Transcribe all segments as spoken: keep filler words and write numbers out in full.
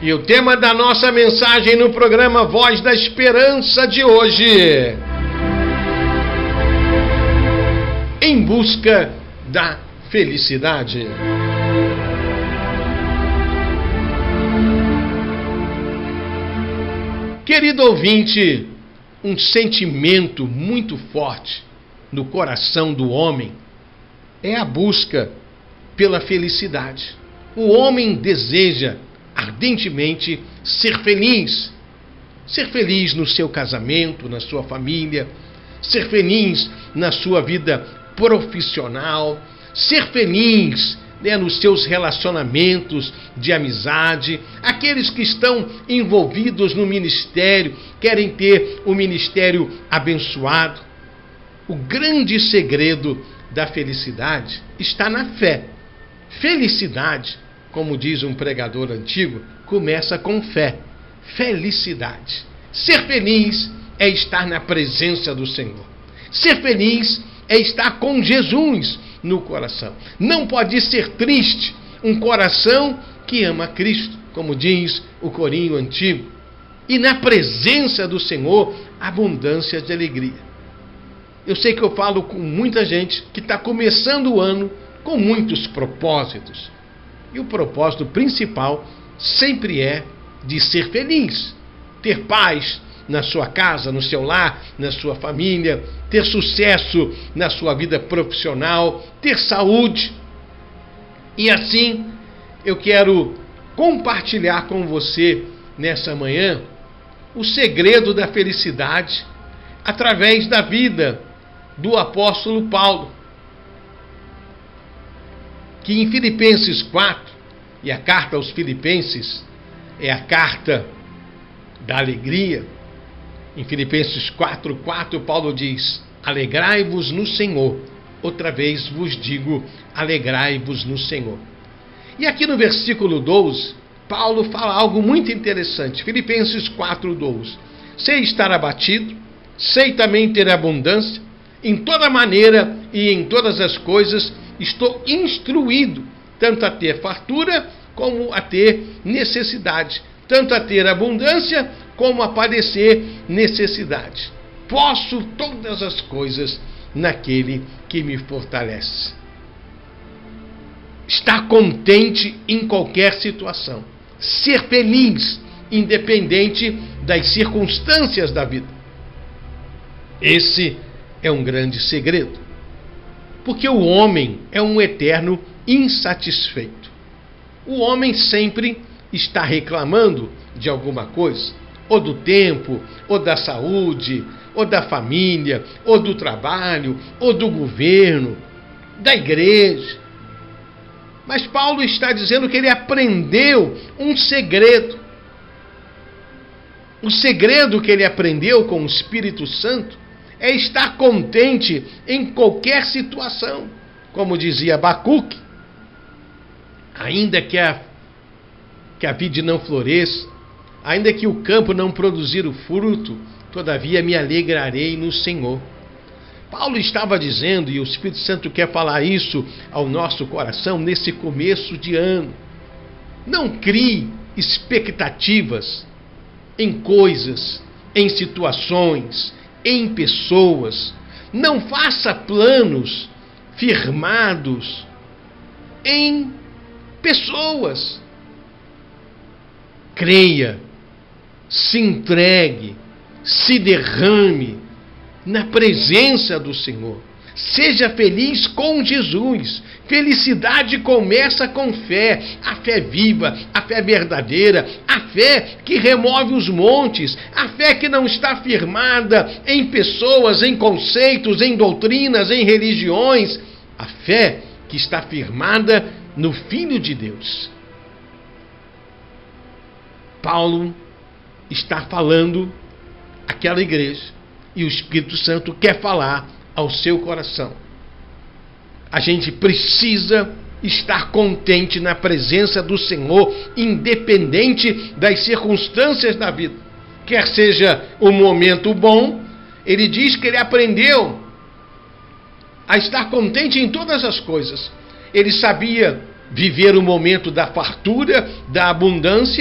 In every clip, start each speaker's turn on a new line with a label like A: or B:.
A: E o tema da nossa mensagem no programa Voz da Esperança de hoje: em busca da felicidade. Querido ouvinte, um sentimento muito forte no coração do homem é a busca pela felicidade. O homem deseja ardentemente ser feliz. Ser feliz no seu casamento, na sua família, ser feliz na sua vida profissional, ser feliz, né, nos seus relacionamentos de amizade. Aqueles que estão envolvidos no ministério querem ter o ministério abençoado. O grande segredo da felicidade está na fé. Felicidade, como diz um pregador antigo, começa com fé. Felicidade. Ser feliz é estar na presença do Senhor. Ser feliz é estar com Jesus no coração. Não pode ser triste um coração que ama Cristo, como diz o corinho antigo. E na presença do Senhor, abundância de alegria. Eu sei que eu falo com muita gente que está começando o ano com muitos propósitos. E o propósito principal sempre é de ser feliz, ter paz na sua casa, no seu lar, na sua família, ter sucesso na sua vida profissional, ter saúde. E assim, eu quero compartilhar com você nessa manhã o segredo da felicidade através da vida do apóstolo Paulo, que em Filipenses quatro, e a carta aos Filipenses é a carta da alegria. Em Filipenses quatro, quatro, Paulo diz: alegrai-vos no Senhor. Outra vez vos digo, alegrai-vos no Senhor. E aqui no versículo doze, Paulo fala algo muito interessante. Filipenses quatro, doze. Sei estar abatido, sei também ter abundância, em toda maneira e em todas as coisas estou instruído, tanto a ter fartura como a ter necessidade, tanto a ter abundância como a padecer necessidade. Posso todas as coisas naquele que me fortalece. Estar contente em qualquer situação. Ser feliz, independente das circunstâncias da vida. Esse é um grande segredo. Porque o homem é um eterno insatisfeito. O homem sempre está reclamando de alguma coisa, ou do tempo, ou da saúde, ou da família, ou do trabalho, ou do governo, da igreja. Mas Paulo está dizendo que ele aprendeu um segredo. O segredo que ele aprendeu com o Espírito Santo é estar contente em qualquer situação. Como dizia Abacuque, ainda que a, que a vide não floresça, ainda que o campo não produzir o fruto, todavia me alegrarei no Senhor. Paulo estava dizendo, e o Espírito Santo quer falar isso ao nosso coração nesse começo de ano: não crie expectativas em coisas, em situações, em pessoas. Não faça planos firmados em pessoas. Creia, se entregue, se derrame na presença do Senhor. Seja feliz com Jesus. Felicidade começa com fé. A fé viva, a fé verdadeira, a fé que remove os montes, a fé que não está firmada em pessoas, em conceitos, em doutrinas, em religiões. A fé que está firmada no Filho de Deus. Paulo está falando àquela igreja e o Espírito Santo quer falar ao seu coração. A gente precisa estar contente na presença do Senhor, independente das circunstâncias da vida. Quer seja um momento bom, ele diz que ele aprendeu a estar contente em todas as coisas. Ele sabia viver o momento da fartura, da abundância,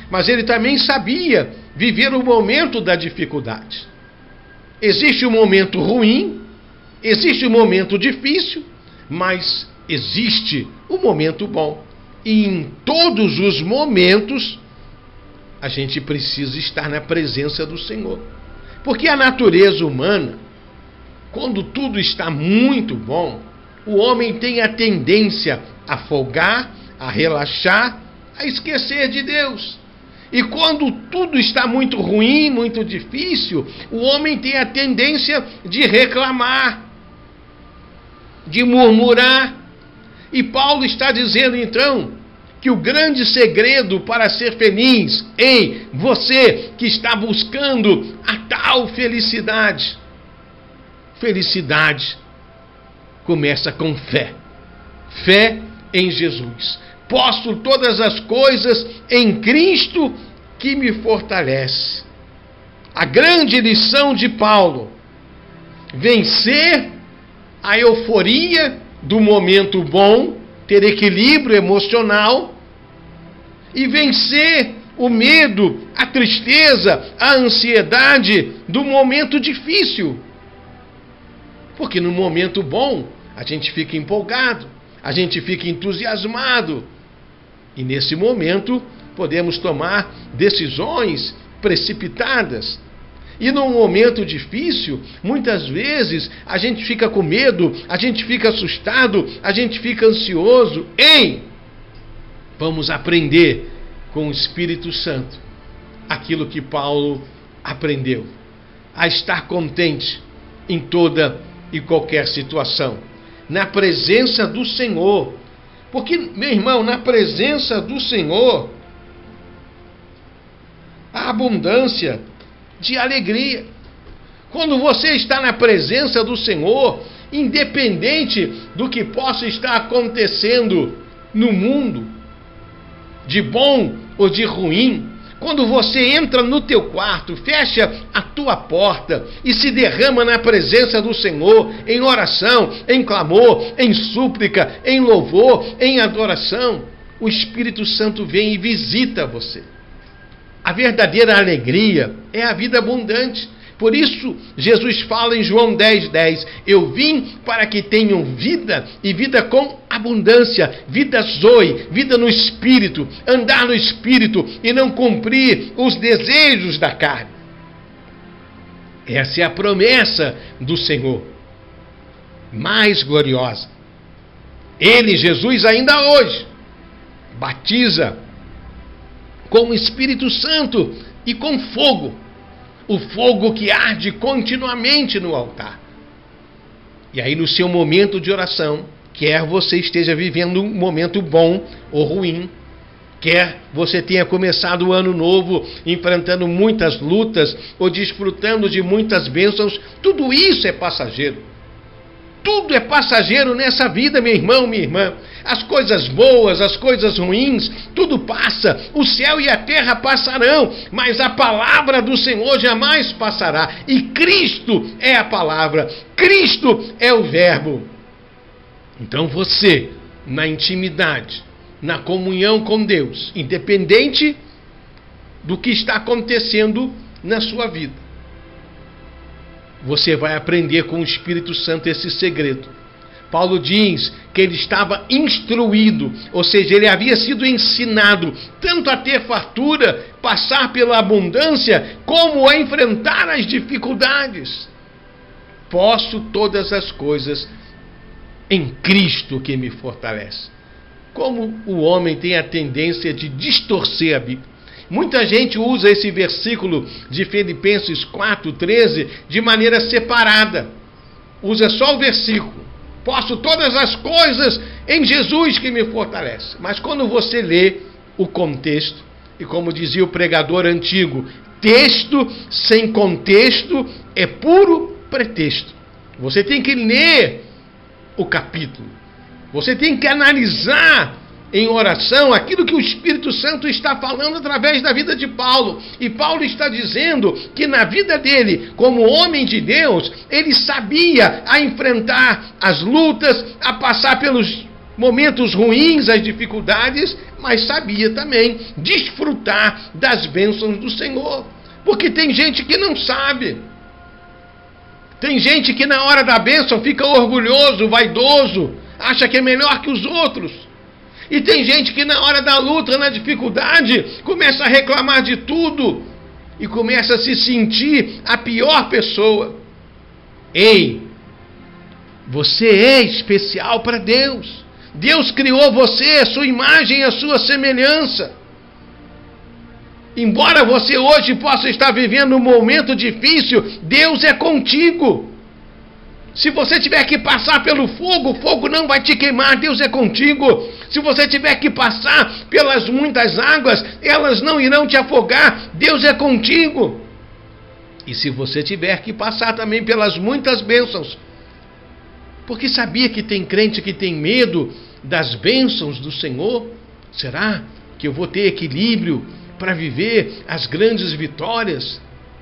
A: mas ele também sabia viver o momento da dificuldade. Existe um momento ruim, existe um momento difícil, mas existe um momento bom. E em todos os momentos, a gente precisa estar na presença do Senhor. Porque a natureza humana, quando tudo está muito bom, o homem tem a tendência a folgar, a relaxar, a esquecer de Deus. E quando tudo está muito ruim, muito difícil, o homem tem a tendência de reclamar, de murmurar. E Paulo está dizendo então que o grande segredo para ser feliz, ei, você que está buscando a tal felicidade, felicidade começa com fé. Fé em Jesus. Posso todas as coisas em Cristo que me fortalece. A grande lição de Paulo: vencer a euforia do momento bom, ter equilíbrio emocional, e vencer o medo, a tristeza, a ansiedade do momento difícil. Porque no momento bom, a gente fica empolgado, a gente fica entusiasmado. E nesse momento, podemos tomar decisões precipitadas. E num momento difícil, muitas vezes, a gente fica com medo, a gente fica assustado, a gente fica ansioso. Ei! Vamos aprender com o Espírito Santo aquilo que Paulo aprendeu. A estar contente em toda e qualquer situação. Na presença do Senhor. Porque, meu irmão, na presença do Senhor, há abundância de alegria. Quando você está na presença do Senhor, independente do que possa estar acontecendo no mundo, de bom ou de ruim, quando você entra no teu quarto, fecha a tua porta e se derrama na presença do Senhor, em oração, em clamor, em súplica, em louvor, em adoração, o Espírito Santo vem e visita você. A verdadeira alegria é a vida abundante. Por isso, Jesus fala em João dez, dez, eu vim para que tenham vida e vida com abundância, vida zoe, vida no Espírito, andar no Espírito e não cumprir os desejos da carne. Essa é a promessa do Senhor, mais gloriosa. Ele, Jesus, ainda hoje, batiza com o Espírito Santo e com fogo. O fogo que arde continuamente no altar. E aí no seu momento de oração, quer você esteja vivendo um momento bom ou ruim, quer você tenha começado o ano novo enfrentando muitas lutas ou desfrutando de muitas bênçãos, tudo isso é passageiro. Tudo é passageiro nessa vida, meu irmão, minha irmã. As coisas boas, as coisas ruins, tudo passa. O céu e a terra passarão, mas a palavra do Senhor jamais passará. E Cristo é a palavra, Cristo é o verbo. Então você, na intimidade, na comunhão com Deus, independente do que está acontecendo na sua vida, você vai aprender com o Espírito Santo esse segredo. Paulo diz que ele estava instruído, ou seja, ele havia sido ensinado tanto a ter fartura, passar pela abundância, como a enfrentar as dificuldades. Posso todas as coisas em Cristo que me fortalece. Como o homem tem a tendência de distorcer a Bíblia. Muita gente usa esse versículo de Filipenses quatro, treze de maneira separada. Usa só o versículo. Posso todas as coisas em Jesus que me fortalece. Mas quando você lê o contexto, e como dizia o pregador antigo, texto sem contexto é puro pretexto. Você tem que ler o capítulo. Você tem que analisar em oração aquilo que o Espírito Santo está falando através da vida de Paulo. E Paulo está dizendo que na vida dele, como homem de Deus, ele sabia a enfrentar as lutas, a passar pelos momentos ruins, as dificuldades, mas sabia também desfrutar das bênçãos do Senhor. Porque tem gente que não sabe. Tem gente que na hora da bênção fica orgulhoso, vaidoso, acha que é melhor que os outros. E tem gente que na hora da luta, na dificuldade, começa a reclamar de tudo e começa a se sentir a pior pessoa. Ei, você é especial para Deus. Deus criou você, a sua imagem e a sua semelhança. Embora você hoje possa estar vivendo um momento difícil, Deus é contigo. Se você tiver que passar pelo fogo, o fogo não vai te queimar, Deus é contigo. Se você tiver que passar pelas muitas águas, elas não irão te afogar, Deus é contigo. E se você tiver que passar também pelas muitas bênçãos, porque sabia que tem crente que tem medo das bênçãos do Senhor? Será que eu vou ter equilíbrio para viver as grandes vitórias?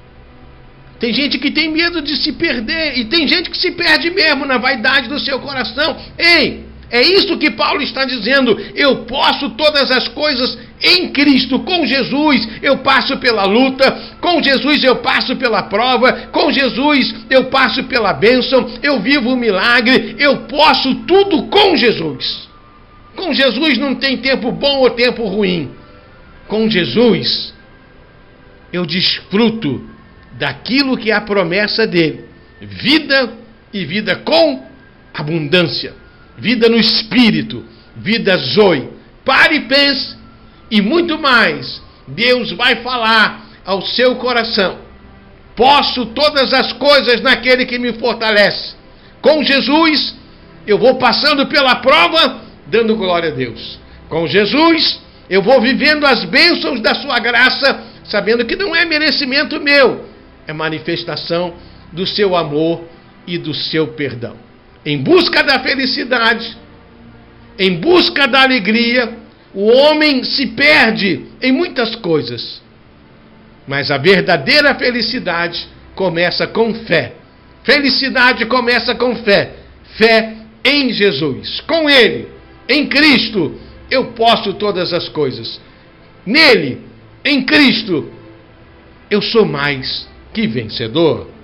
A: Tem gente que tem medo de se perder, e tem gente que se perde mesmo na vaidade do seu coração. Ei, é isso que Paulo está dizendo. Eu posso todas as coisas em Cristo. Com Jesus eu passo pela luta, com Jesus eu passo pela prova, com Jesus eu passo pela bênção, eu vivo o milagre, eu posso tudo com Jesus. Com Jesus não tem tempo bom ou tempo ruim. Com Jesus eu desfruto daquilo que é a promessa dele: vida e vida com abundância, vida no Espírito, vida zoe. Pare e pense, e muito mais. Deus vai falar ao seu coração: posso todas as coisas naquele que me fortalece. Com Jesus eu vou passando pela prova, dando glória a Deus. Com Jesus eu vou vivendo as bênçãos da sua graça, sabendo que não é merecimento meu, é manifestação do seu amor e do seu perdão. Em busca da felicidade, em busca da alegria, o homem se perde em muitas coisas. Mas a verdadeira felicidade começa com fé. Felicidade começa com fé. Fé em Jesus. Com Ele, em Cristo, eu posso todas as coisas. Nele, em Cristo, eu sou mais que vencedor.